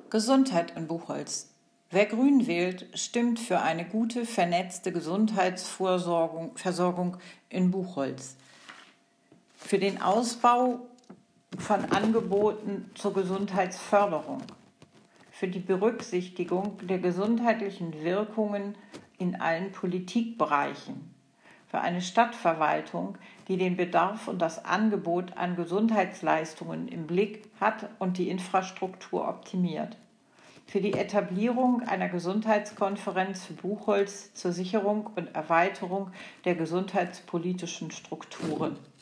Gesundheit in Buchholz. Wer Grün wählt, stimmt für eine gute, vernetzte Gesundheitsversorgung in Buchholz. Für den Ausbau von Angeboten zur Gesundheitsförderung. Für die Berücksichtigung der gesundheitlichen Wirkungen in allen Politikbereichen. Für eine Stadtverwaltung, die den Bedarf und das Angebot an Gesundheitsleistungen im Blick hat und die Infrastruktur optimiert. Für die Etablierung einer Gesundheitskonferenz für Buchholz zur Sicherung und Erweiterung der gesundheitspolitischen Strukturen.